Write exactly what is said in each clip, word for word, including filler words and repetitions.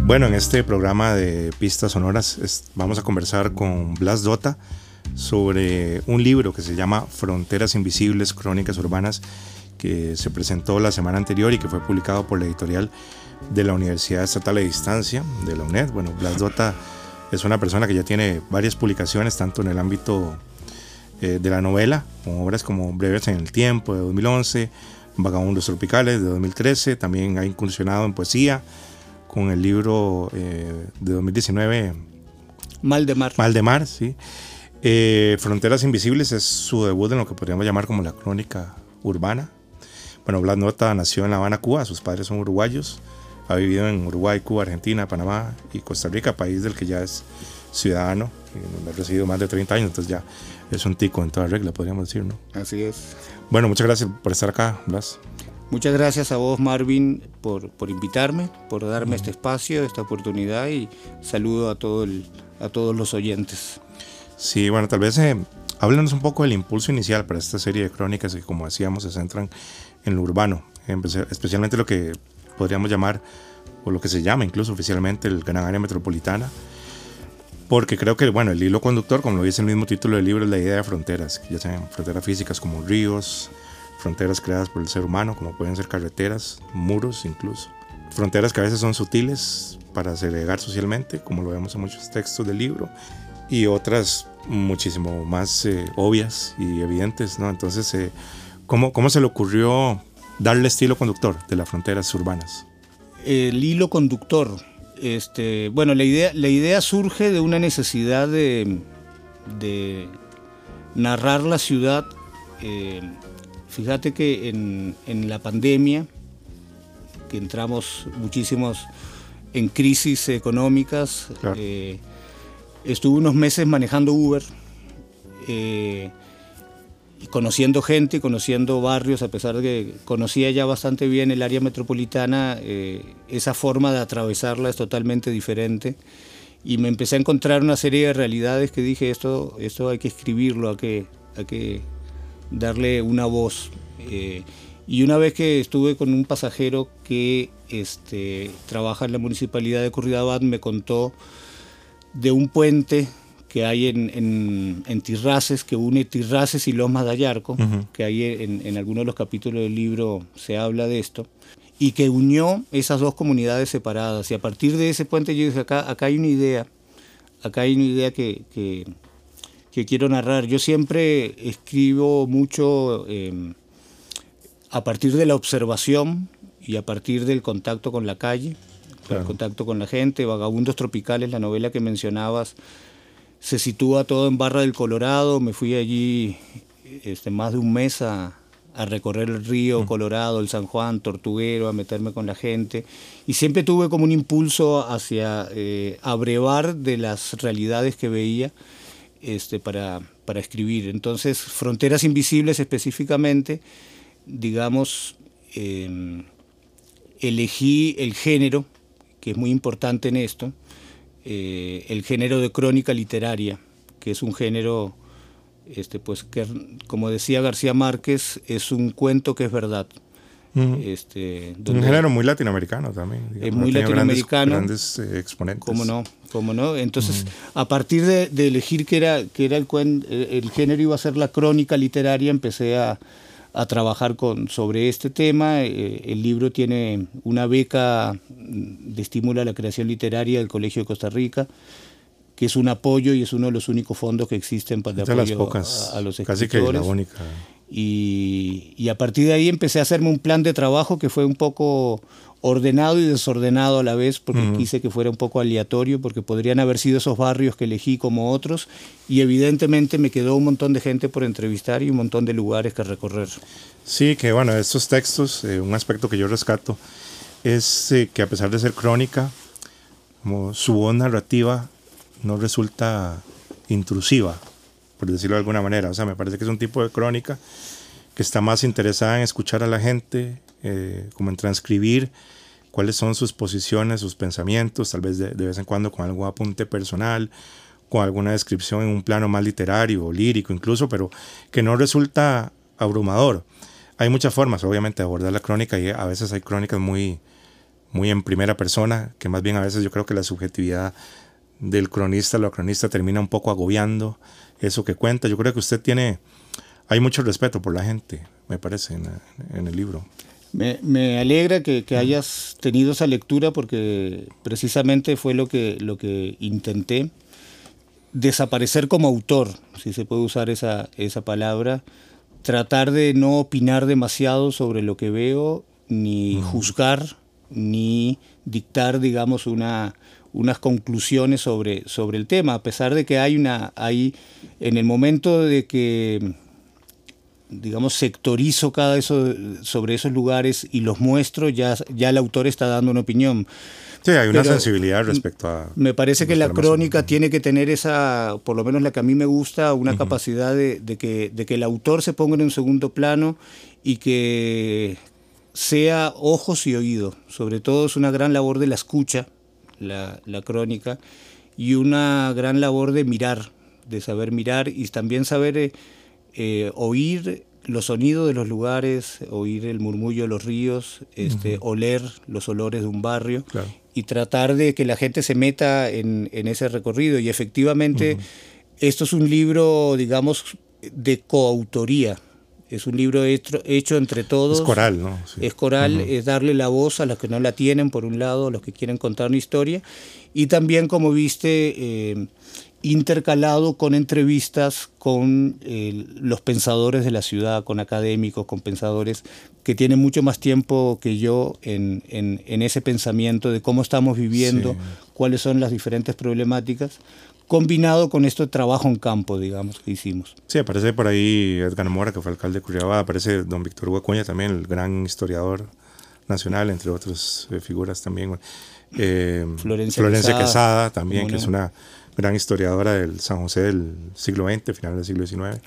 Bueno, en este programa de Pistas Sonoras es, vamos a conversar con Blas Dota sobre un libro que se llama Fronteras Invisibles, Crónicas Urbanas, que se presentó la semana anterior y que fue publicado por la editorial de la Universidad Estatal de Distancia, de la UNED. Bueno, Blas Dota es una persona que ya tiene varias publicaciones, tanto en el ámbito eh, de la novela, con obras como Breves en el Tiempo, de dos mil once, Vagabundos Tropicales, de dos mil trece, también ha incursionado en poesía, con el libro eh, de dos mil diecinueve, Mal de Mar. Mal de Mar, sí. Eh, Fronteras Invisibles es su debut en lo que podríamos llamar como la crónica urbana. Bueno, Blas Dota nació en La Habana, Cuba, sus padres son uruguayos, ha vivido en Uruguay, Cuba, Argentina, Panamá y Costa Rica, país del que ya es ciudadano, y ha residido más de treinta años, entonces ya es un tico en toda regla, podríamos decir, ¿no? Así es. Bueno, muchas gracias por estar acá, Blas. Muchas gracias a vos, Marvin, por, por invitarme, por darme uh-huh. este espacio, esta oportunidad, y saludo a, todo el, a todos los oyentes. Sí, bueno, tal vez eh, háblenos un poco del impulso inicial para esta serie de crónicas que, como decíamos, se centran en lo urbano, especialmente lo que podríamos llamar, o lo que se llama incluso oficialmente, el gran área metropolitana, porque creo que, bueno, el hilo conductor, como lo dice el mismo título del libro, es la idea de fronteras, que ya sean fronteras físicas como ríos, fronteras creadas por el ser humano, como pueden ser carreteras, muros incluso. Fronteras que a veces son sutiles para segregar socialmente, como lo vemos en muchos textos del libro, y otras muchísimo más eh, obvias y evidentes, ¿no? Entonces, eh, ¿cómo, ¿cómo se le ocurrió darle estilo conductor de las fronteras urbanas? El hilo conductor, este, bueno, la idea, la idea surge de una necesidad de, de narrar la ciudad. Eh, Fíjate que en, en la pandemia, que entramos muchísimos en crisis económicas, claro. eh, estuve unos meses manejando Uber, eh, y conociendo gente, conociendo barrios, a pesar de que conocía ya bastante bien el área metropolitana, eh, esa forma de atravesarla es totalmente diferente. Y me empecé a encontrar una serie de realidades que dije, esto, esto hay que escribirlo, hay que... Hay que darle una voz. Eh, y una vez que estuve con un pasajero que este, trabaja en la municipalidad de Curridabat, me contó de un puente que hay en, en, en Tirraces, que une Tirraces y Lomas de Ayarco, uh-huh. que hay en, en algunos de los capítulos del libro se habla de esto, y que unió esas dos comunidades separadas. Y a partir de ese puente yo dije, acá, acá hay una idea, acá hay una idea que... que que quiero narrar. Yo siempre escribo mucho eh, a partir de la observación y a partir del contacto con la calle, claro. el contacto con la gente. Vagabundos Tropicales, la novela que mencionabas, se sitúa todo en Barra del Colorado. Me fui allí este, más de un mes a, a recorrer el río Colorado, el San Juan, Tortuguero, a meterme con la gente. Y siempre tuve como un impulso hacia eh, abrevar de las realidades que veía, Este, para, para escribir. Entonces, Fronteras Invisibles específicamente, digamos, eh, elegí el género, que es muy importante en esto, eh, el género de crónica literaria, que es un género, este, pues, que, como decía García Márquez, es un cuento que es verdad. Uh-huh. Este, un género muy latinoamericano también. Es muy latinoamericano. Grandes, grandes eh, exponentes. ¿Cómo no? ¿Cómo no? Entonces, uh-huh. a partir de, de elegir que era, que era el, cuen, el género iba a ser la crónica literaria, empecé a, a trabajar con, sobre este tema. Eh, el libro tiene una beca de estímulo a la creación literaria del Colegio de Costa Rica, que es un apoyo y es uno de los únicos fondos que existen para de apoyo pocas, a, a los casi escritores. que la única. Y, y a partir de ahí empecé a hacerme un plan de trabajo que fue un poco ordenado y desordenado a la vez, porque uh-huh. quise que fuera un poco aleatorio, porque podrían haber sido esos barrios que elegí como otros, y evidentemente me quedó un montón de gente por entrevistar y un montón de lugares que recorrer. Sí, que bueno, estos textos, eh, un aspecto que yo rescato es eh, que a pesar de ser crónica, como su voz narrativa no resulta intrusiva, por decirlo de alguna manera. O sea, me parece que es un tipo de crónica que está más interesada en escuchar a la gente, eh, como en transcribir cuáles son sus posiciones, sus pensamientos, tal vez de, de vez en cuando con algún apunte personal, con alguna descripción en un plano más literario o lírico incluso, pero que no resulta abrumador. Hay muchas formas, obviamente, de abordar la crónica, y a veces hay crónicas muy, muy en primera persona, que más bien a veces yo creo que la subjetividad del cronista, la cronista termina un poco agobiando eso que cuenta. Yo creo que usted tiene, hay mucho respeto por la gente, me parece, en, en el libro. Me, me alegra que, que hayas tenido esa lectura porque precisamente fue lo que, lo que intenté, desaparecer como autor, si se puede usar esa, esa palabra, tratar de no opinar demasiado sobre lo que veo, ni uh-huh. juzgar, ni dictar, digamos, una, unas conclusiones sobre, sobre el tema, a pesar de que hay una, hay, en el momento de que, digamos, sectorizo cada eso sobre esos lugares y los muestro, ya, ya el autor está dando una opinión. Sí, hay una Pero sensibilidad respecto a... Me parece que la crónica tiene que tener esa, por lo menos la que a mí me gusta, una uh-huh. capacidad de, de, que, de que el autor se ponga en un segundo plano y que sea ojos y oídos. Sobre todo es una gran labor de la escucha, la, la crónica, y una gran labor de mirar, de saber mirar y también saber eh, eh, oír los sonidos de los lugares, oír el murmullo de los ríos, este, uh-huh. oler los olores de un barrio, claro. y tratar de que la gente se meta en, en ese recorrido. Y efectivamente, uh-huh. esto es un libro, digamos, de coautoría. Es un libro hecho, hecho entre todos. Es coral, ¿no? Sí. Es coral, uh-huh. es darle la voz a los que no la tienen, por un lado, a los que quieren contar una historia. Y también, como viste, eh, intercalado con entrevistas con eh, los pensadores de la ciudad, con académicos, con pensadores que tienen mucho más tiempo que yo en, en, en ese pensamiento de cómo estamos viviendo, sí. cuáles son las diferentes problemáticas, combinado con este trabajo en campo, digamos, que hicimos. Sí, aparece por ahí Edgar Mora, que fue alcalde de Curridabat, aparece don Víctor Hugo Acuña también, el gran historiador nacional, entre otras eh, figuras también. Eh, Florencia, Florencia Quesada, Quesada también, que no? es una gran historiadora del San José del siglo veinte, final del siglo diecinueve.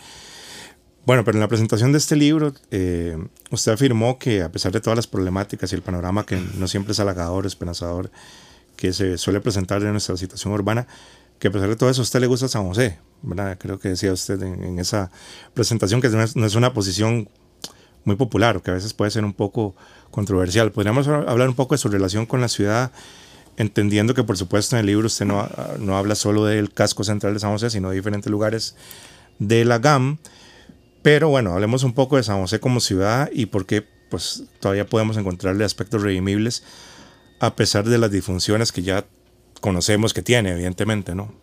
Bueno, pero en la presentación de este libro, eh, usted afirmó que a pesar de todas las problemáticas y el panorama que no siempre es halagador, esperanzador, que se suele presentar en nuestra situación urbana, que a pesar de todo eso a usted le gusta San José, ¿verdad? Creo que decía usted en, en esa presentación que no es, no es una posición muy popular, o que a veces puede ser un poco controversial. Podríamos hablar un poco de su relación con la ciudad, entendiendo que por supuesto en el libro usted no, no habla solo del casco central de San José, sino de diferentes lugares de la G A M. Pero bueno, hablemos un poco de San José como ciudad y por qué pues, todavía podemos encontrarle aspectos redimibles a pesar de las disfunciones que ya conocemos que tiene, evidentemente, ¿no?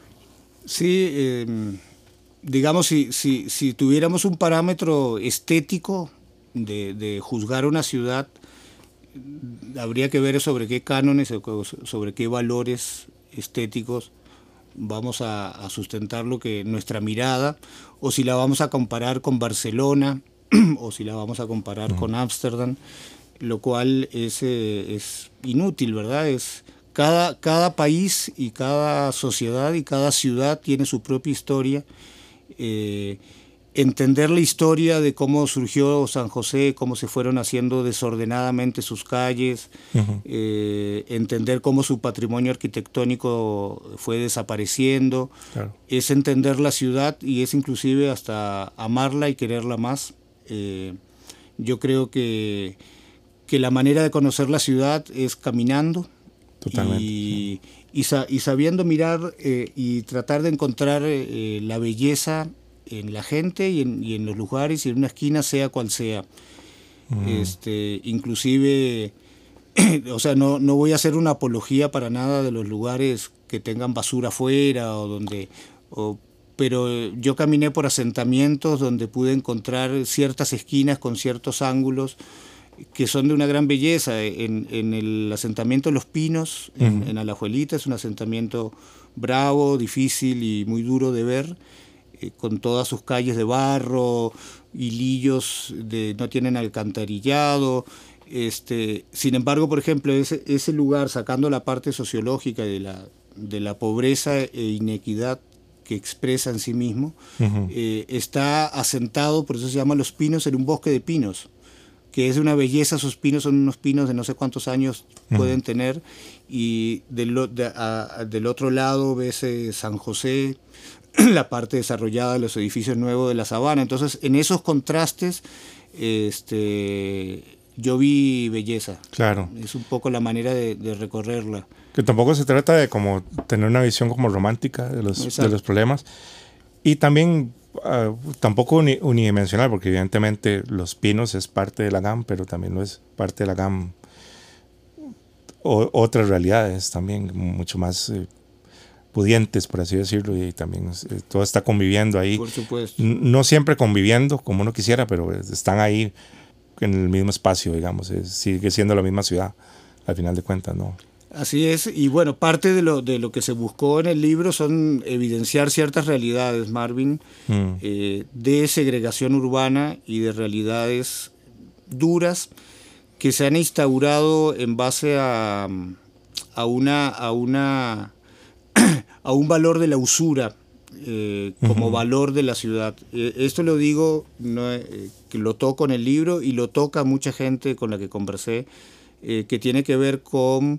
Sí, eh, digamos, si, si, si tuviéramos un parámetro estético de, de juzgar una ciudad, habría que ver sobre qué cánones, sobre qué valores estéticos vamos a, a sustentar lo que nuestra mirada, o si la vamos a comparar con Barcelona, o si la vamos a comparar uh-huh. con Ámsterdam, lo cual es, eh, es inútil, ¿verdad? Es, cada, cada país y cada sociedad y cada ciudad tiene su propia historia. Eh, entender la historia de cómo surgió San José, cómo se fueron haciendo desordenadamente sus calles, uh-huh. eh, entender cómo su patrimonio arquitectónico fue desapareciendo, claro. es entender la ciudad y es inclusive hasta amarla y quererla más. Eh, yo creo que, que la manera de conocer la ciudad es caminando. Totalmente. Y, y, y sabiendo mirar eh, y tratar de encontrar eh, la belleza en la gente y en, y en los lugares y en una esquina, sea cual sea. Mm. Este, inclusive, o sea, no, no voy a hacer una apología para nada de los lugares que tengan basura afuera o donde... O, pero yo caminé por asentamientos donde pude encontrar ciertas esquinas con ciertos ángulos que son de una gran belleza. En, en el asentamiento Los Pinos, uh-huh. en, en Alajuelita, es un asentamiento bravo, difícil y muy duro de ver, eh, con todas sus calles de barro, hilillos de, no tienen alcantarillado. Este, sin embargo, por ejemplo, ese, ese lugar, sacando la parte sociológica de la, de la pobreza e inequidad que expresa en sí mismo, uh-huh. eh, está asentado, por eso se llama Los Pinos, en un bosque de pinos, que es de una belleza. Sus pinos son unos pinos de no sé cuántos años uh-huh. pueden tener, y del, de, a, del otro lado ves eh, San José, la parte desarrollada de los edificios nuevos de la Sabana. Entonces, en esos contrastes, este, yo vi belleza. Claro. Es un poco la manera de, de recorrerla. Que tampoco se trata de como tener una visión como romántica de los, de los problemas. Y también uh, tampoco uni, unidimensional, porque evidentemente Los Pinos es parte de la GAM, pero también no es parte de la GAM o, otras realidades también mucho más eh, pudientes, por así decirlo, y también eh, todo está conviviendo ahí. Por supuesto. No siempre conviviendo como uno quisiera, pero están ahí en el mismo espacio, digamos. Es, sigue siendo la misma ciudad, al final de cuentas, ¿no? Así es, y bueno, parte de lo, de lo que se buscó en el libro son evidenciar ciertas realidades, Marvin, mm. eh, de segregación urbana y de realidades duras que se han instaurado en base a, a, una, a, una, a un valor de la usura eh, como uh-huh. valor de la ciudad. Eh, esto lo digo, no, eh, que lo toco en el libro y lo toca mucha gente con la que conversé, eh, que tiene que ver con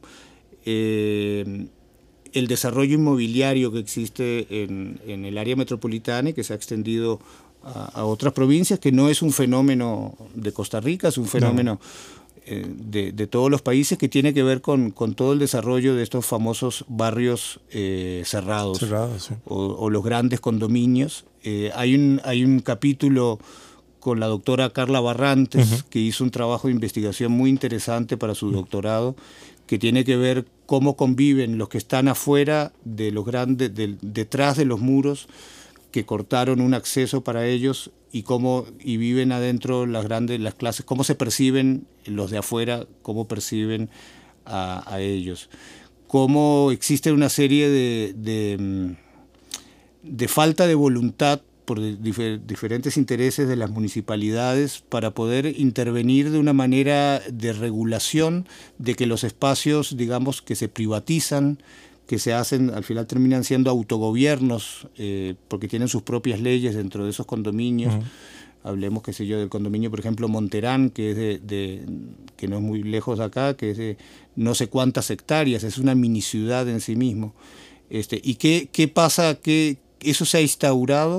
Eh, el desarrollo inmobiliario que existe en, en el área metropolitana y que se ha extendido a, a otras provincias, que no es un fenómeno de Costa Rica, es un fenómeno no. eh, de, de todos los países, que tiene que ver con, con todo el desarrollo de estos famosos barrios eh, cerrados, cerrados sí. o, o los grandes condominios. Eh, hay, un, hay un capítulo con la doctora Carla Barrantes, uh-huh. que hizo un trabajo de investigación muy interesante para su uh-huh. doctorado, que tiene que ver cómo conviven los que están afuera de los grandes, de, detrás de los muros que cortaron un acceso para ellos, y cómo y viven adentro las grandes las clases, cómo se perciben los de afuera, cómo perciben a, a ellos, cómo existe una serie de, de, de falta de voluntad por difer, diferentes intereses de las municipalidades para poder intervenir de una manera de regulación de que los espacios, digamos, que se privatizan, que se hacen, al final terminan siendo autogobiernos, eh, porque tienen sus propias leyes dentro de esos condominios. Uh-huh. Hablemos, qué sé yo, del condominio, por ejemplo, Monterán, que es de, de que no es muy lejos de acá, que es de no sé cuántas hectáreas, es una mini ciudad en sí mismo. Este, ¿y qué, qué pasa? Que eso se ha instaurado,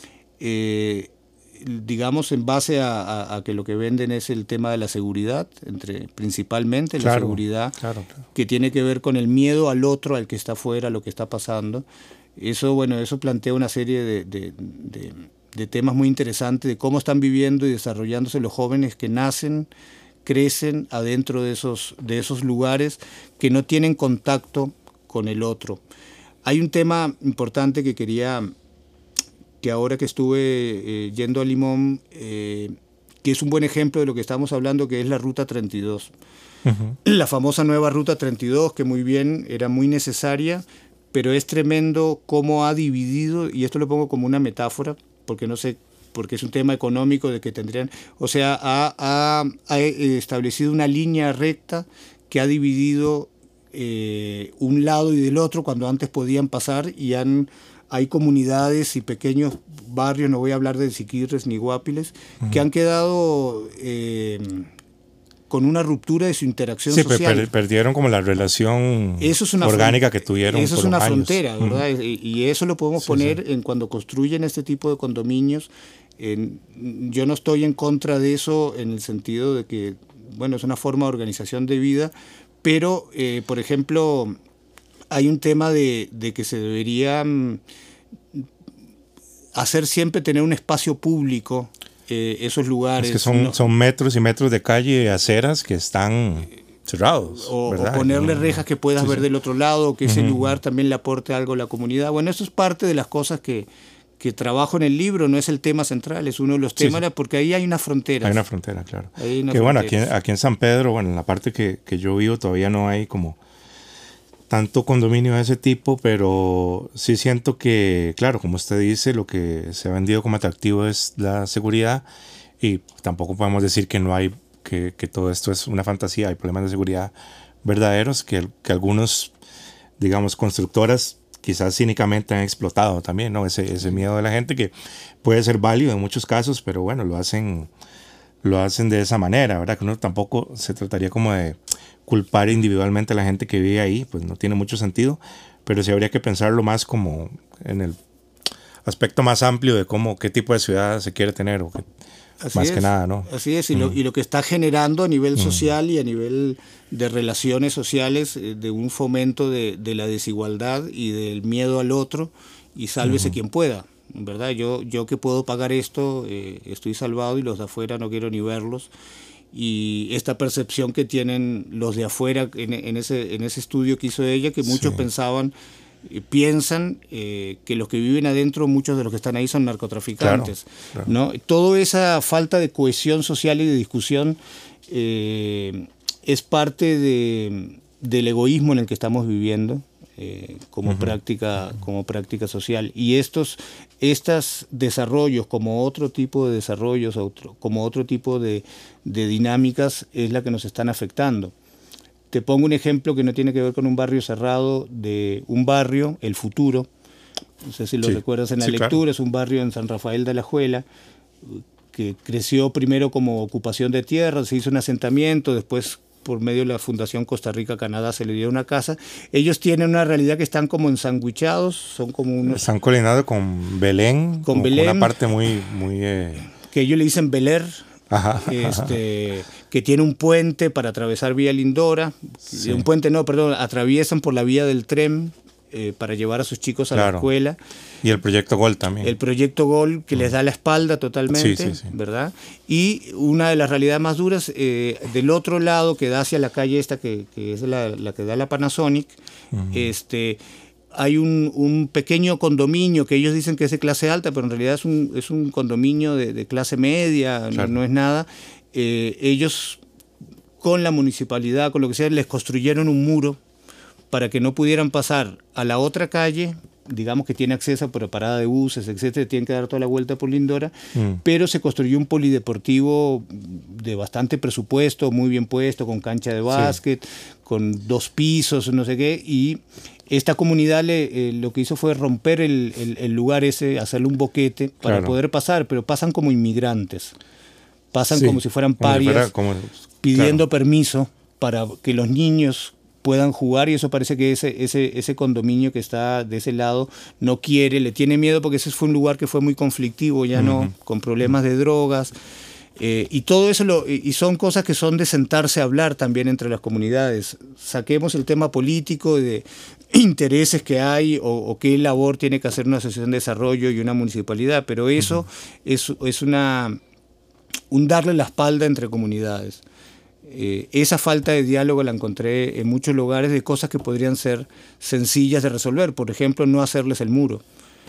eh, digamos, en base a, a, a que lo que venden es el tema de la seguridad, entre principalmente la claro, seguridad, claro, claro. que tiene que ver con el miedo al otro, al que está afuera, lo que está pasando. Eso, bueno, eso plantea una serie de, de, de, de temas muy interesantes de cómo están viviendo y desarrollándose los jóvenes que nacen, crecen adentro de esos, de esos lugares, que no tienen contacto con el otro. Hay un tema importante que quería, que ahora que estuve eh, yendo a Limón, eh, que es un buen ejemplo de lo que estamos hablando, que es la Ruta treinta y dos. Uh-huh. La famosa nueva Ruta treinta y dos, que muy bien, era muy necesaria, pero es tremendo cómo ha dividido, y esto lo pongo como una metáfora, porque no sé, porque es un tema económico de que tendrían, o sea, ha, ha, ha establecido una línea recta que ha dividido eh, un lado y del otro cuando antes podían pasar, y han... Hay comunidades y pequeños barrios, no voy a hablar de Siquirres ni Guapiles, uh-huh. que han quedado eh, con una ruptura de su interacción sí, social. Sí, per perdieron como la relación eso es una orgánica que tuvieron. Eso por es una los frontera, años. ¿verdad? Uh-huh. y, y eso lo podemos sí, poner sí. en cuando construyen este tipo de condominios. En, yo no estoy en contra de eso en el sentido de que, bueno, es una forma de organización de vida, pero, eh, por ejemplo... Hay un tema de, de que se debería hacer siempre tener un espacio público, eh, esos lugares. Es que son, ¿no? son metros y metros de calle y aceras que están cerrados. O, ¿verdad? o ponerle rejas que puedas sí, ver sí. del otro lado, que uh-huh. ese lugar también le aporte algo a la comunidad. Bueno, eso es parte de las cosas que, que trabajo en el libro, no es el tema central, es uno de los temas, sí, sí. porque ahí hay una frontera. Hay una frontera, claro. Hay una que fronteras. Bueno, aquí, aquí en San Pedro, bueno, en la parte que, que yo vivo todavía no hay como... tanto condominio de ese tipo, pero sí siento que, claro, como usted dice, lo que se ha vendido como atractivo es la seguridad, y tampoco podemos decir que no hay, que, que todo esto es una fantasía, hay problemas de seguridad verdaderos que, que algunos, digamos, constructoras quizás cínicamente han explotado también, ¿no? Ese, ese miedo de la gente, que puede ser válido en muchos casos, pero bueno, lo hacen, lo hacen de esa manera, ¿verdad? Que uno tampoco se trataría como de culpar individualmente a la gente que vive ahí, pues no tiene mucho sentido, pero sí habría que pensarlo más como en el aspecto más amplio de cómo, qué tipo de ciudad se quiere tener, o qué, Así más es, que nada, ¿no? Así es, y, Mm. lo, y lo que está generando a nivel social y a nivel de relaciones sociales, eh, de un fomento de, de la desigualdad y del miedo al otro, y sálvese Ujú. quien pueda, ¿verdad? Yo, yo que puedo pagar esto, eh, estoy salvado, y los de afuera no quiero ni verlos. Y esta percepción que tienen los de afuera en, en, ese, en ese estudio que hizo ella, que muchos Sí. pensaban, eh, piensan eh, que los que viven adentro, muchos de los que están ahí son narcotraficantes. Claro, claro. ¿No? Toda esa falta de cohesión social y de discusión eh, es parte de, del egoísmo en el que estamos viviendo. Eh, como, Uh-huh. práctica, como práctica social. Y estos, estos desarrollos, como otro tipo de desarrollos, otro, como otro tipo de, de dinámicas, es la que nos están afectando. Te pongo un ejemplo que no tiene que ver con un barrio cerrado, de un barrio, El Futuro, no sé si lo Sí. recuerdas en la Sí, lectura, claro. es un barrio en San Rafael de Alajuela, que creció primero como ocupación de tierra, se hizo un asentamiento, después por medio de la Fundación Costa Rica-Canadá se le dio una casa. Ellos tienen una realidad que están como ensanguichados, son como unos... Están colindados con Belén, Con como Belén. una parte muy... muy eh... que ellos le dicen Beler, Ajá, este, ajá. que tiene un puente para atravesar Vía Lindora, sí. un puente no, perdón, atraviesan por la vía del tren eh, para llevar a sus chicos a claro. la escuela. Y el proyecto Gol también. El proyecto Gol que mm. les da la espalda totalmente, sí, sí, sí. ¿verdad? Y una de las realidades más duras, eh, del otro lado que da hacia la calle esta, que, que es la, la que da la Panasonic, uh-huh. este, hay un, un pequeño condominio que ellos dicen que es de clase alta, pero en realidad es un, es un condominio de, de clase media, claro. no, no es nada. Eh, ellos, con la municipalidad, con lo que sea, les construyeron un muro para que no pudieran pasar a la otra calle, digamos que tiene acceso por parada de buses, etcétera, tienen que dar toda la vuelta por Lindora, mm. pero se construyó un polideportivo de bastante presupuesto, muy bien puesto, con cancha de básquet, sí. con dos pisos, no sé qué, y esta comunidad le, eh, lo que hizo fue romper el, el, el lugar ese, hacerle un boquete para claro. poder pasar, pero pasan como inmigrantes, pasan sí. como si fueran parias, como si fuera, como, pidiendo claro. permiso para que los niños puedan jugar, y eso parece que ese, ese, ese condominio que está de ese lado no quiere, le tiene miedo, porque ese fue un lugar que fue muy conflictivo, ya uh-huh. no, con problemas de drogas, eh, y todo eso, lo, y son cosas que son de sentarse a hablar también entre las comunidades. Saquemos el tema político de intereses que hay, o, o qué labor tiene que hacer una asociación de desarrollo y una municipalidad, pero eso uh-huh. es, es una, un darle la espalda entre comunidades. Eh, esa falta de diálogo la encontré en muchos lugares, de cosas que podrían ser sencillas de resolver. Por ejemplo, no hacerles el muro.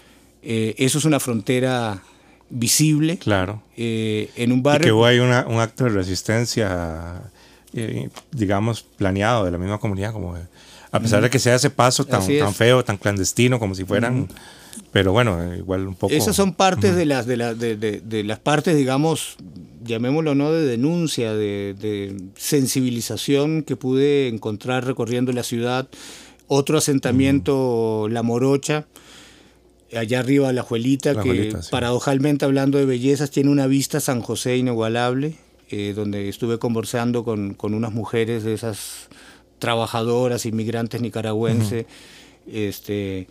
Eh, eso es una frontera visible. Claro. Eh, en un barrio. Y que hubo ahí una, un acto de resistencia, eh, digamos, planeado de la misma comunidad, como de, a pesar mm. de que sea ese paso tan, tan feo, tan clandestino, como si fueran. Mm. Pero bueno, igual un poco... Esas son partes uh-huh. de, las, de, la, de, de, de las partes, digamos, llamémoslo, ¿no?, de denuncia, de, de sensibilización que pude encontrar recorriendo la ciudad. Otro asentamiento, uh-huh. La Morocha, allá arriba La Juelita, la que Juelita, sí. paradojalmente, hablando de bellezas, tiene una vista San José inigualable, eh, donde estuve conversando con, con unas mujeres de esas trabajadoras, inmigrantes nicaragüenses, uh-huh. este...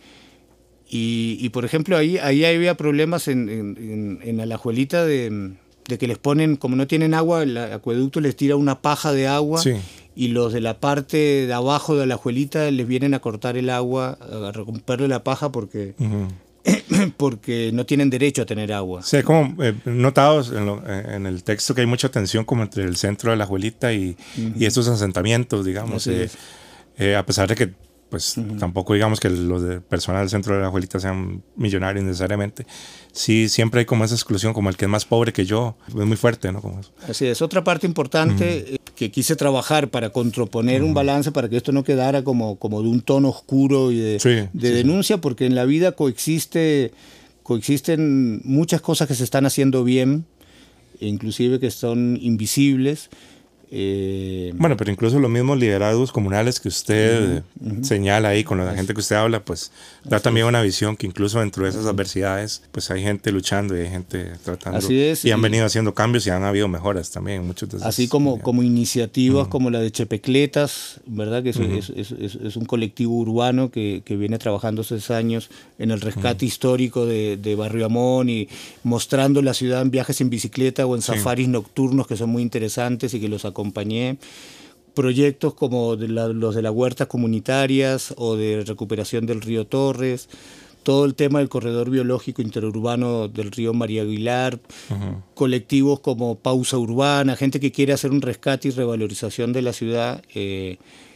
Y, y por ejemplo, ahí, ahí había problemas en, en, en Alajuelita de, de que les ponen, como no tienen agua, el acueducto les tira una paja de agua, sí. y los de la parte de abajo de Alajuelita les vienen a cortar el agua, a romperle la paja porque, uh-huh. porque no tienen derecho a tener agua. Sí, como eh, notados en, lo, en el texto que hay mucha tensión como entre el centro de Alajuelita y, uh-huh. y estos asentamientos, digamos, eh, eh, a pesar de que pues uh-huh. tampoco digamos que los de personas del centro de la Juelita sean millonarios necesariamente. Sí, siempre hay como esa exclusión, como el que es más pobre que yo, es muy fuerte, ¿no? Como eso. Así es. Otra parte importante uh-huh. que quise trabajar para contraponer uh-huh. un balance, para que esto no quedara como, como de un tono oscuro y de, sí, de sí, denuncia, sí. porque en la vida coexiste, coexisten muchas cosas que se están haciendo bien, inclusive que son invisibles. Eh, bueno, pero incluso los mismos liderazgos comunales que usted uh -huh. señala ahí, con la así, gente que usted habla, pues da también es. una visión que incluso dentro de esas uh -huh. adversidades, pues hay gente luchando y hay gente tratando. Así es, y han y, venido haciendo cambios y han habido mejoras también. Muchos de esos, así como, digamos. como iniciativas uh -huh. como la de Chepecletas, ¿verdad? Que es, uh -huh. es, es, es, es un colectivo urbano que, que viene trabajando seis años en el rescate uh -huh. histórico de, de Barrio Amón y mostrando la ciudad en viajes en bicicleta o en sí. safaris nocturnos que son muy interesantes y que los acompañé. Proyectos como de la, los de las huertas comunitarias o de recuperación del río Torres, todo el tema del corredor biológico interurbano del río María Aguilar, uh-huh. colectivos como Pausa Urbana, gente que quiere hacer un rescate y revalorización de la ciudad. Eh,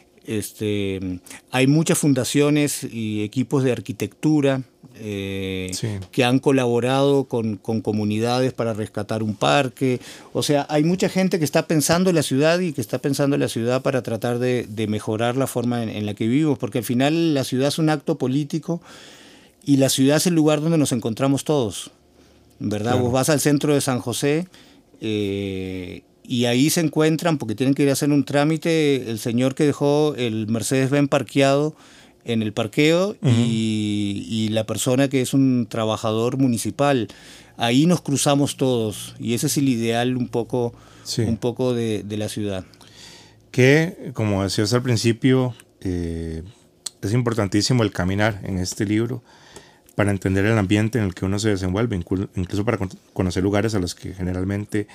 este, hay muchas fundaciones y equipos de arquitectura eh, sí. que han colaborado con, con comunidades para rescatar un parque. O sea, hay mucha gente que está pensando en la ciudad y que está pensando en la ciudad para tratar de, de mejorar la forma en, en la que vivimos, porque al final la ciudad es un acto político y la ciudad es el lugar donde nos encontramos todos, ¿verdad? Claro. Vos vas al centro de San José eh, y ahí se encuentran, porque tienen que ir a hacer un trámite, el señor que dejó el Mercedes-Benz parqueado en el parqueo uh-huh. y, y la persona que es un trabajador municipal. Ahí nos cruzamos todos y ese es el ideal un poco, sí. un poco de, de la ciudad. Que, como decías al principio, eh, es importantísimo el caminar en este libro para entender el ambiente en el que uno se desenvuelve, incluso para conocer lugares a los que generalmente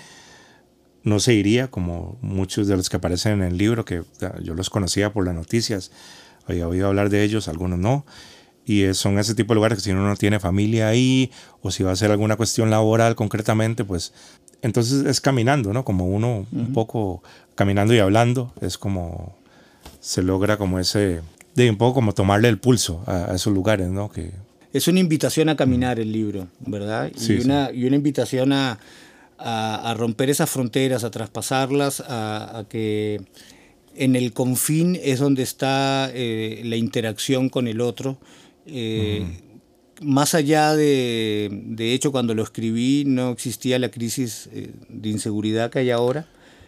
no se iría, como muchos de los que aparecen en el libro, que yo los conocía por las noticias, había oído hablar de ellos, algunos no, y son ese tipo de lugares que si uno no tiene familia ahí, o si va a hacer alguna cuestión laboral concretamente, pues entonces es caminando, ¿no? Como uno uh-huh. un poco caminando y hablando, es como se logra como ese, de un poco como tomarle el pulso a, a esos lugares, ¿no? Que es una invitación a caminar el libro, ¿verdad? Sí, y, una, sí. y una invitación a, a, a romper esas fronteras, a traspasarlas, a, a que en el confín es donde está eh, la interacción con el otro. Eh, uh-huh. Más allá de, de hecho, cuando lo escribí no existía la crisis eh, de inseguridad que hay ahora,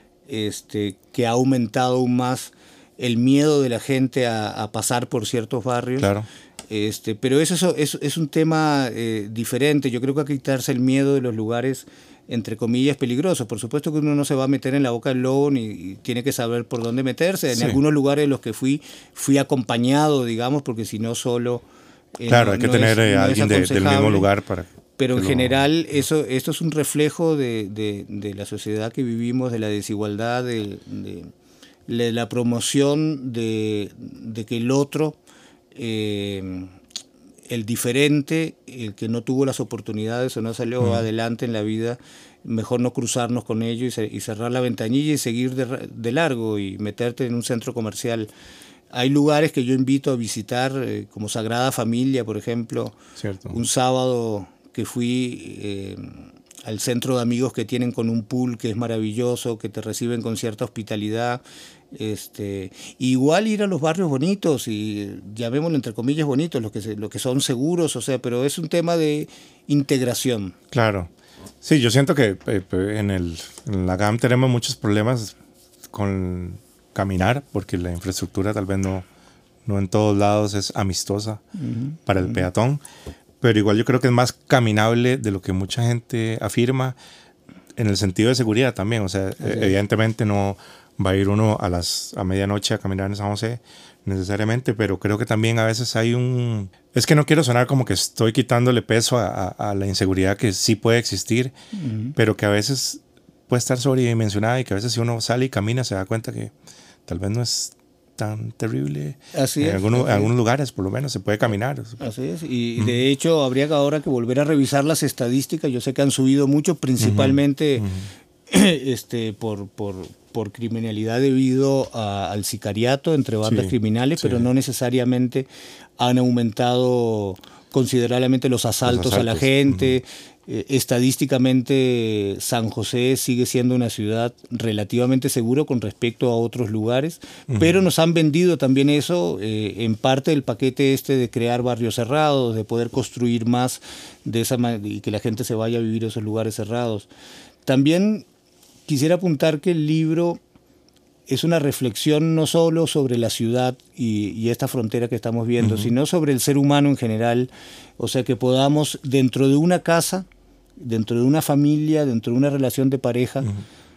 este, que ha aumentado aún más el miedo de la gente a, a pasar por ciertos barrios. Claro. Este, pero eso, eso es, es un tema eh, diferente. Yo creo que hay que quitarse el miedo de los lugares, entre comillas, peligrosos. Por supuesto que uno no se va a meter en la boca del lobo ni y tiene que saber por dónde meterse. En sí. algunos lugares en los que fui, fui acompañado, digamos, porque si no solo... Eh, claro, no, hay que no tener es, no alguien de, del mismo lugar para... Pero en general eso, esto es un reflejo de, de, de la sociedad que vivimos, de la desigualdad, de, de, de la promoción de, de que el otro... Eh, el diferente, el que no tuvo las oportunidades o no salió uh-huh. adelante en la vida, mejor no cruzarnos con ello y, ce- y cerrar la ventanilla y seguir de, de largo y meterte en un centro comercial. Hay lugares que yo invito a visitar, eh, como Sagrada Familia, por ejemplo. Cierto. Un sábado que fui eh, al centro de amigos que tienen con un pool que es maravilloso, que te reciben con cierta hospitalidad. Este, igual ir a los barrios bonitos y llamémoslo entre comillas bonitos, los que, se, los que son seguros, o sea, pero es un tema de integración. Claro. Sí, yo siento que eh, en, el, en la G A M tenemos muchos problemas con caminar, porque la infraestructura tal vez no, no en todos lados es amistosa uh-huh. para el uh-huh. peatón, pero igual yo creo que es más caminable de lo que mucha gente afirma, en el sentido de seguridad también. O sea, okay. evidentemente no va a ir uno a las a medianoche a caminar en San José necesariamente, pero creo que también a veces hay un... Es que no quiero sonar como que estoy quitándole peso a, a, a la inseguridad que sí puede existir, uh-huh. pero que a veces puede estar sobredimensionada y que a veces si uno sale y camina se da cuenta que tal vez no es tan terrible. Así en es, algunos, así en algunos lugares por lo menos se puede caminar. Así es, y uh-huh. de hecho habría que ahora que volver a revisar las estadísticas. Yo sé que han subido mucho, principalmente uh-huh. este, por, por, por criminalidad debido a, al sicariato entre bandas sí, criminales, sí. pero no necesariamente han aumentado considerablemente los asaltos, los asaltos. a la gente. Uh-huh. Eh, estadísticamente San José sigue siendo una ciudad relativamente segura con respecto a otros lugares, uh-huh. pero nos han vendido también eso eh, en parte del paquete este de crear barrios cerrados, de poder construir más de esa man- y que la gente se vaya a vivir a esos lugares cerrados. También quisiera apuntar que el libro es una reflexión no solo sobre la ciudad y, y esta frontera que estamos viendo, uh-huh. sino sobre el ser humano en general. O sea, que podamos, dentro de una casa, dentro de una familia, dentro de una relación de pareja, uh-huh.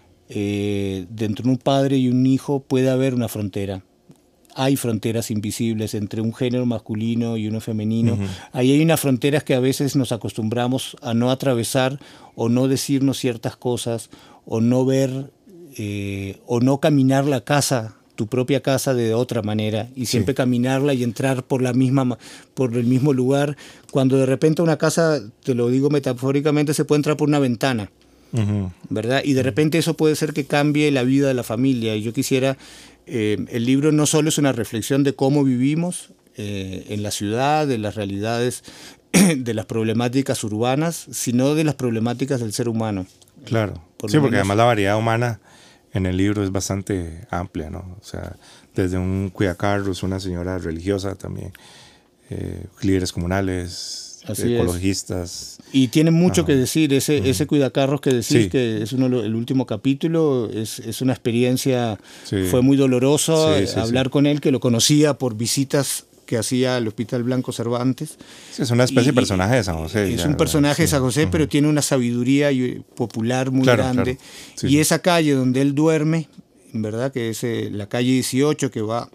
eh, dentro de un padre y un hijo, puede haber una frontera. Hay fronteras invisibles entre un género masculino y uno femenino. Uh-huh. Ahí hay unas fronteras que a veces nos acostumbramos a no atravesar o no decirnos ciertas cosas o no ver eh, o no caminar la casa, tu propia casa, de otra manera y siempre sí. caminarla y entrar por la misma por el mismo lugar, cuando de repente una casa, te lo digo metafóricamente, se puede entrar por una ventana. Uh-huh. ¿Verdad? Y de repente eso puede ser que cambie la vida de la familia. Y yo quisiera, eh, el libro no solo es una reflexión de cómo vivimos eh, en la ciudad, de las realidades, de las problemáticas urbanas, sino de las problemáticas del ser humano. Claro, por sí, porque además la variedad humana en el libro es bastante amplia, ¿no? O sea, desde un cuidacarros, una señora religiosa también, eh, líderes comunales, Así ecologistas. Es. Y tiene mucho Ajá. que decir, ese, uh-huh. ese cuidacarros que decís, sí. que es uno, el último capítulo, es, es una experiencia, sí. fue muy doloroso sí, sí, hablar sí. con él, que lo conocía por visitas que hacía al Hospital Blanco Cervantes. Sí, es una especie y, de personaje de San José. Es ya, un personaje sí. de San José, uh-huh. pero tiene una sabiduría popular muy claro, grande. Claro. Sí, y sí. esa calle donde él duerme, en verdad, que es eh, la calle dieciocho, que va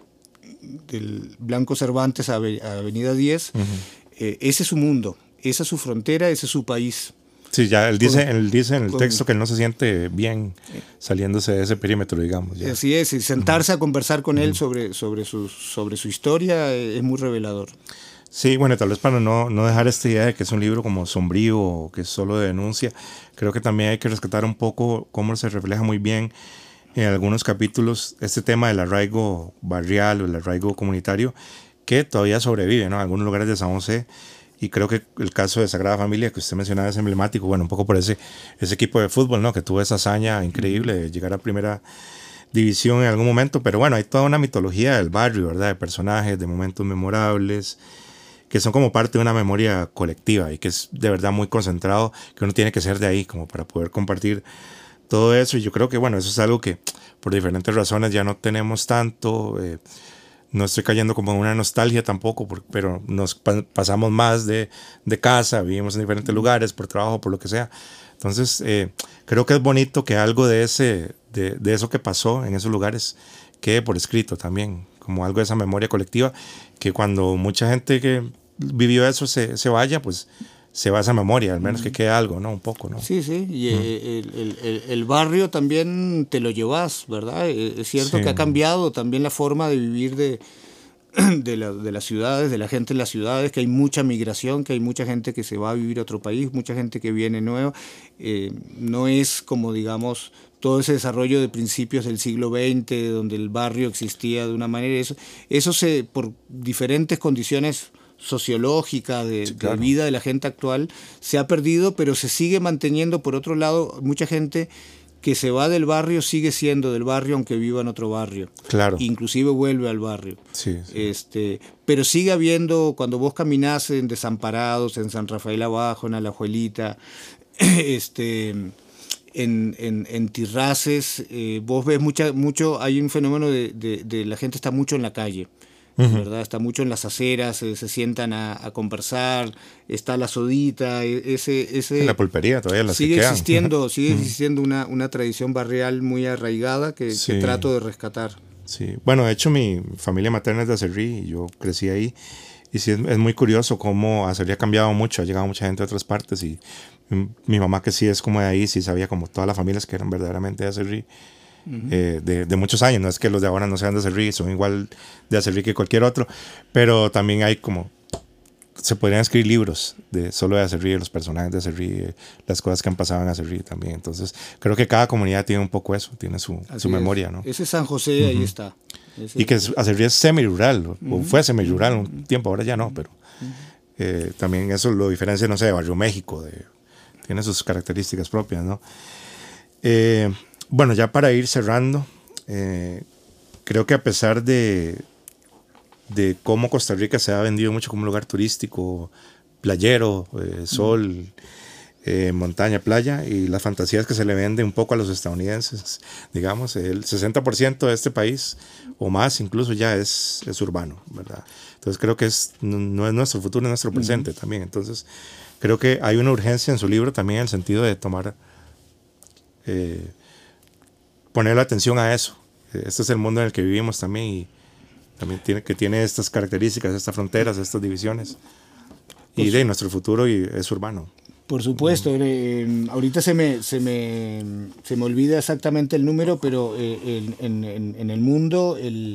del Blanco Cervantes a, a Avenida diez, uh-huh. eh, ese es su mundo, esa es su frontera, ese es su país. Sí, ya él dice, con, él dice en el con, texto que él no se siente bien saliéndose de ese perímetro, digamos. Ya. Así es, y sentarse uh-huh. a conversar con uh-huh. él sobre, sobre, su, sobre su historia es muy revelador. Sí, bueno, tal vez para no, no dejar esta idea de que es un libro como sombrío o que es solo de denuncia, creo que también hay que rescatar un poco cómo se refleja muy bien en algunos capítulos este tema del arraigo barrial o el arraigo comunitario que todavía sobrevive, ¿no? En algunos lugares de San José. Y creo que el caso de Sagrada Familia que usted mencionaba es emblemático, bueno, un poco por ese, ese equipo de fútbol, ¿no? Que tuvo esa hazaña increíble de llegar a primera división en algún momento. Pero bueno, hay toda una mitología del barrio, ¿verdad? De personajes, de momentos memorables, que son como parte de una memoria colectiva y que es de verdad muy concentrado, que uno tiene que ser de ahí como para poder compartir todo eso. Y yo creo que, bueno, eso es algo que por diferentes razones ya no tenemos tanto. Eh, No estoy cayendo como en una nostalgia tampoco, por, pero nos pa- pasamos más de, de casa, vivimos en diferentes lugares, por trabajo, por lo que sea. Entonces, eh, creo que es bonito que algo de, ese, de, de eso que pasó en esos lugares quede por escrito también, como algo de esa memoria colectiva, que cuando mucha gente que vivió eso se, se vaya, pues se va a esa memoria, al menos que quede algo, ¿no? Un poco, ¿no? Sí, sí, y uh-huh. el, el, el, el barrio también te lo llevas, ¿verdad? Es cierto sí. que ha cambiado también la forma de vivir de, de, la, de las ciudades, de la gente en las ciudades, que hay mucha migración, que hay mucha gente que se va a vivir a otro país, mucha gente que viene nueva. Eh, no es como, digamos, todo ese desarrollo de principios del siglo veinte, donde el barrio existía de una manera, eso, eso se, por diferentes condiciones sociológica, de, sí, claro. de vida de la gente actual, se ha perdido, pero se sigue manteniendo. Por otro lado, mucha gente que se va del barrio sigue siendo del barrio aunque viva en otro barrio. Claro. Inclusive vuelve al barrio. Sí, sí. Este, pero sigue habiendo, cuando vos caminás en Desamparados, en San Rafael Abajo, en Alajuelita, este, en, en, en Tirraces, eh, vos ves mucha, mucho, hay un fenómeno de, de, de la gente está mucho en la calle. Uh-huh. ¿Verdad? Está mucho en las aceras, eh, se sientan a, a conversar, está la sodita, ese, ese en la pulpería todavía las sigue que quedan. existiendo, sigue uh-huh. existiendo una, una tradición barrial muy arraigada que, sí. que trato de rescatar. Sí, bueno, de hecho mi familia materna es de Acerrí y yo crecí ahí y sí es, es muy curioso cómo Acerrí ha cambiado mucho, ha llegado mucha gente de otras partes y mi, mi mamá que sí es como de ahí, sí sabía como todas las familias que eran verdaderamente de Acerrí. Uh-huh. Eh, de, de muchos años, no es que los de ahora no sean de Acerrí, son igual de Acerrí que cualquier otro, pero también hay como, se podrían escribir libros de solo de Acerrí, de los personajes de Acerrí, eh, las cosas que han pasado en Acerrí también. Entonces creo que cada comunidad tiene un poco eso, tiene su, su memoria, ¿no? Ese San José, uh-huh. ahí está. Ese y que Acerrí es semi-rural, uh-huh. o fue semi-rural un uh-huh. tiempo, ahora ya no, pero uh-huh. eh, también eso lo diferencia, no sé, de Barrio México, de, tiene sus características propias, ¿no? Eh, Bueno, ya para ir cerrando, eh, creo que a pesar de, de cómo Costa Rica se ha vendido mucho como un lugar turístico, playero, eh, sol, eh, montaña, playa, y las fantasías que se le vende un poco a los estadounidenses, digamos, el sesenta por ciento de este país o más incluso ya es, es urbano, ¿verdad? Entonces creo que es, no, no es nuestro futuro, es nuestro presente uh-huh. también. Entonces creo que hay una urgencia en su libro también en el sentido de tomar, eh, poner la atención a eso. Este es el mundo en el que vivimos también y también tiene, que tiene estas características, estas fronteras, estas divisiones. Y pues, de nuestro futuro y es urbano. Por supuesto, eh, ahorita se me, se, me, se me olvida exactamente el número, pero eh, en, en, en el mundo el,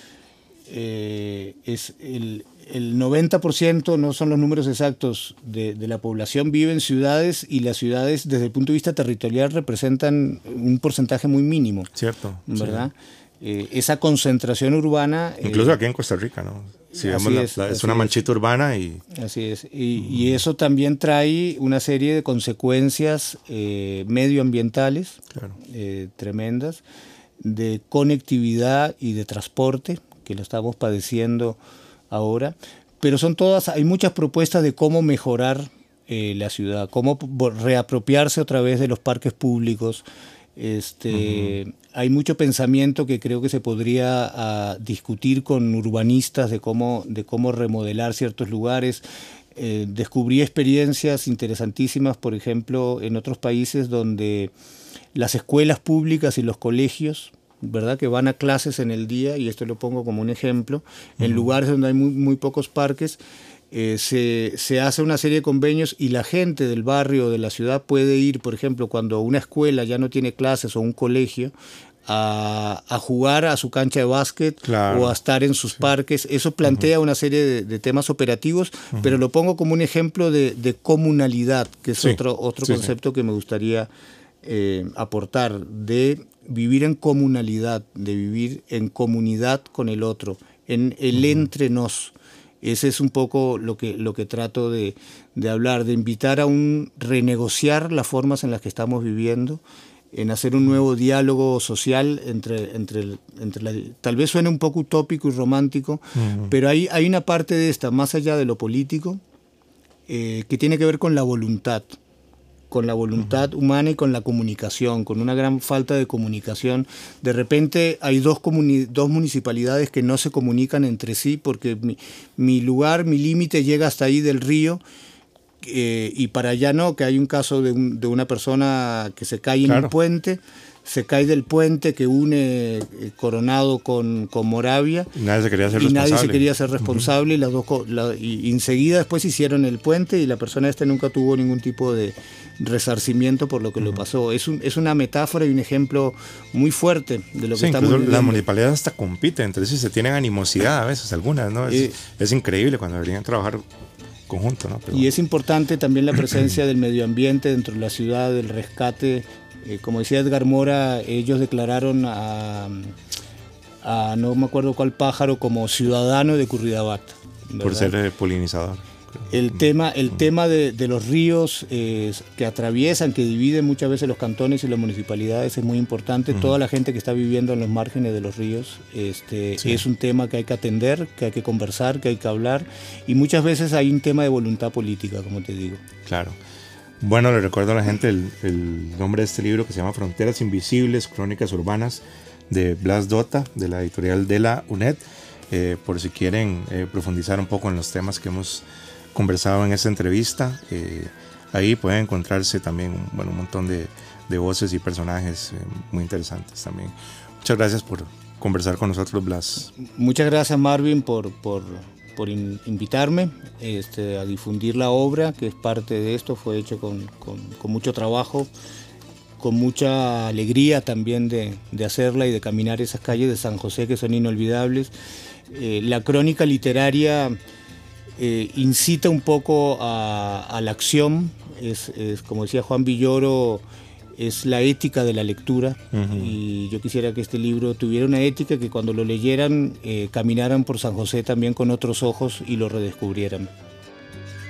eh, es el, el noventa por ciento, no son los números exactos, de, de la población vive en ciudades, y las ciudades desde el punto de vista territorial representan un porcentaje muy mínimo. Cierto. ¿Verdad? Sí. Eh, esa concentración urbana... Incluso eh, aquí en Costa Rica, ¿no? Sí, vemos es, la, la, es una manchita es. urbana y... Así es. Y, mm. y eso también trae una serie de consecuencias eh, medioambientales claro. eh, tremendas, de conectividad y de transporte, que lo estamos padeciendo ahora. Pero son todas, hay muchas propuestas de cómo mejorar eh, la ciudad, cómo reapropiarse otra vez de los parques públicos. Este, uh-huh. Hay mucho pensamiento que creo que se podría uh, discutir con urbanistas de cómo, de cómo remodelar ciertos lugares. Eh, descubrí experiencias interesantísimas, por ejemplo, en otros países donde las escuelas públicas y los colegios, ¿verdad?, que van a clases en el día, y esto lo pongo como un ejemplo, uh-huh. en lugares donde hay muy, muy pocos parques, Eh, se, se hace una serie de convenios y la gente del barrio o de la ciudad puede ir, por ejemplo, cuando una escuela ya no tiene clases o un colegio, a, a jugar a su cancha de básquet claro. o a estar en sus sí. parques. Eso plantea uh-huh. una serie de, de temas operativos, uh-huh. pero lo pongo como un ejemplo de, de comunalidad, que es sí. otro, otro sí, concepto sí. que me gustaría eh, aportar, de vivir en comunalidad, de vivir en comunidad con el otro, en el uh-huh. entre nos. Ese es un poco lo que, lo que trato de, de hablar, de invitar a un renegociar las formas en las que estamos viviendo, en hacer un nuevo diálogo social entre, entre, entre la, tal vez suene un poco utópico y romántico, uh-huh. pero hay, hay una parte de esta, más allá de lo político, eh, que tiene que ver con la voluntad, con la voluntad uh-huh. humana y con la comunicación, con una gran falta de comunicación. De repente hay dos, comuni- dos municipalidades que no se comunican entre sí, porque mi, mi lugar, mi límite llega hasta ahí del río, eh, y para allá no, que hay un caso de, un, de una persona que se cae claro. en un puente, se cae del puente que une Coronado con, con Moravia. Y nadie se quería hacer y responsable. Nadie se quería hacer responsable uh-huh. y, las dos, la, y enseguida después hicieron el puente, y la persona esta nunca tuvo ningún tipo de resarcimiento por lo que uh-huh. le pasó. Es, un, es una metáfora y un ejemplo muy fuerte de lo que sí, estamos viviendo. Las municipalidades hasta compiten, entonces se tienen animosidad a veces, algunas, ¿no? Es, eh, es increíble cuando deberían trabajar conjunto, ¿no? Pero... Y es importante también la presencia del medio ambiente dentro de la ciudad, del rescate. Eh, como decía Edgar Mora, ellos declararon a, a no me acuerdo cuál pájaro como ciudadano de Curridabat, ¿verdad? Por ser eh, polinizador. El tema, el mm. tema de, de los ríos eh, que atraviesan, que dividen muchas veces los cantones y las municipalidades, es muy importante. Mm. Toda la gente que está viviendo en los márgenes de los ríos este, sí. es un tema que hay que atender, que hay que conversar, que hay que hablar, y muchas veces hay un tema de voluntad política, como te digo. Claro. Bueno, le recuerdo a la gente el, el nombre de este libro, que se llama Fronteras Invisibles, Crónicas Urbanas, de Blas Dota, de la editorial de la UNED, eh, por si quieren eh, profundizar un poco en los temas que hemos conversado en esta entrevista. Eh, ahí pueden encontrarse también bueno, un montón de, de voces y personajes eh, muy interesantes también. Muchas gracias por conversar con nosotros, Blas. Muchas gracias, Marvin, por... por... por in, invitarme este, a difundir la obra, que es parte de esto. Fue hecho con, con, con mucho trabajo, con mucha alegría también de, de hacerla y de caminar esas calles de San José que son inolvidables. Eh, la crónica literaria eh, incita un poco a, a la acción, es, es, como decía Juan Villoro, es la ética de la lectura, uh-huh. y yo quisiera que este libro tuviera una ética, que cuando lo leyeran eh, caminaran por San José también con otros ojos y lo redescubrieran.